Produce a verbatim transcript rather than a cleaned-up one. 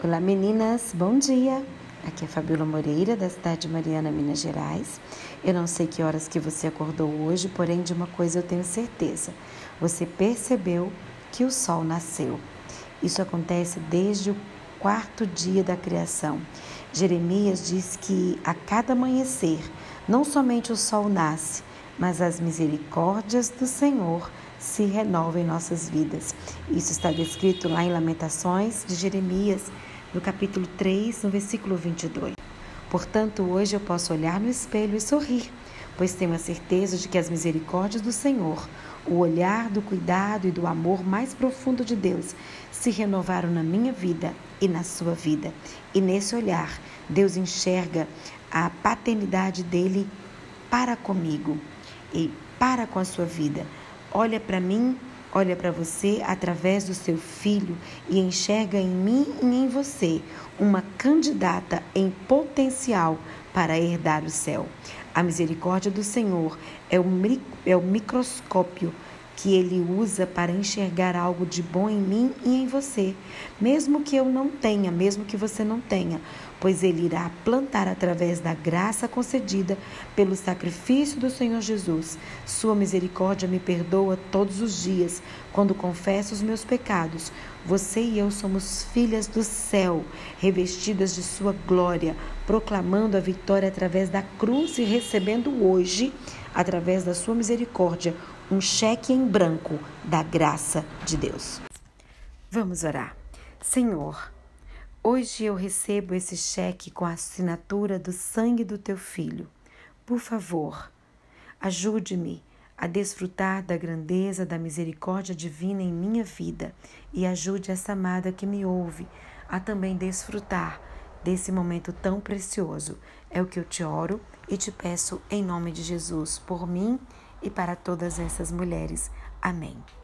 Olá meninas, bom dia! Aqui é Fabíola Moreira, da cidade de Mariana, Minas Gerais. Eu não sei que horas que você acordou hoje, porém de uma coisa eu tenho certeza. Você percebeu que o sol nasceu. Isso acontece desde o quarto dia da criação. Jeremias diz que a cada amanhecer, não somente o sol nasce, mas as misericórdias do Senhor se renovam em nossas vidas. Isso está descrito lá em Lamentações de Jeremias, no capítulo três, no versículo vinte e dois. Portanto, hoje eu posso olhar no espelho e sorrir, pois tenho a certeza de que as misericórdias do Senhor, o olhar do cuidado e do amor mais profundo de Deus, se renovaram na minha vida e na sua vida. E nesse olhar, Deus enxerga a paternidade dele para comigo e para com a sua vida. Olha para mim, olha para você através do seu filho e enxerga em mim e em você uma candidata em potencial para herdar o céu. A misericórdia do Senhor é o, é o microscópio que Ele usa para enxergar algo de bom em mim e em você, mesmo que eu não tenha, mesmo que você não tenha, pois Ele irá plantar através da graça concedida pelo sacrifício do Senhor Jesus. Sua misericórdia me perdoa todos os dias, quando confesso os meus pecados. Você e eu somos filhas do céu, revestidas de sua glória, proclamando a vitória através da cruz e recebendo hoje, através da sua misericórdia, um cheque em branco da graça de Deus. Vamos orar. Senhor, hoje eu recebo esse cheque com a assinatura do sangue do teu filho. Por favor, ajude-me a desfrutar da grandeza da misericórdia divina em minha vida e ajude essa amada que me ouve a também desfrutar desse momento tão precioso. É o que eu te oro e te peço em nome de Jesus, por mim e para todas essas mulheres. Amém.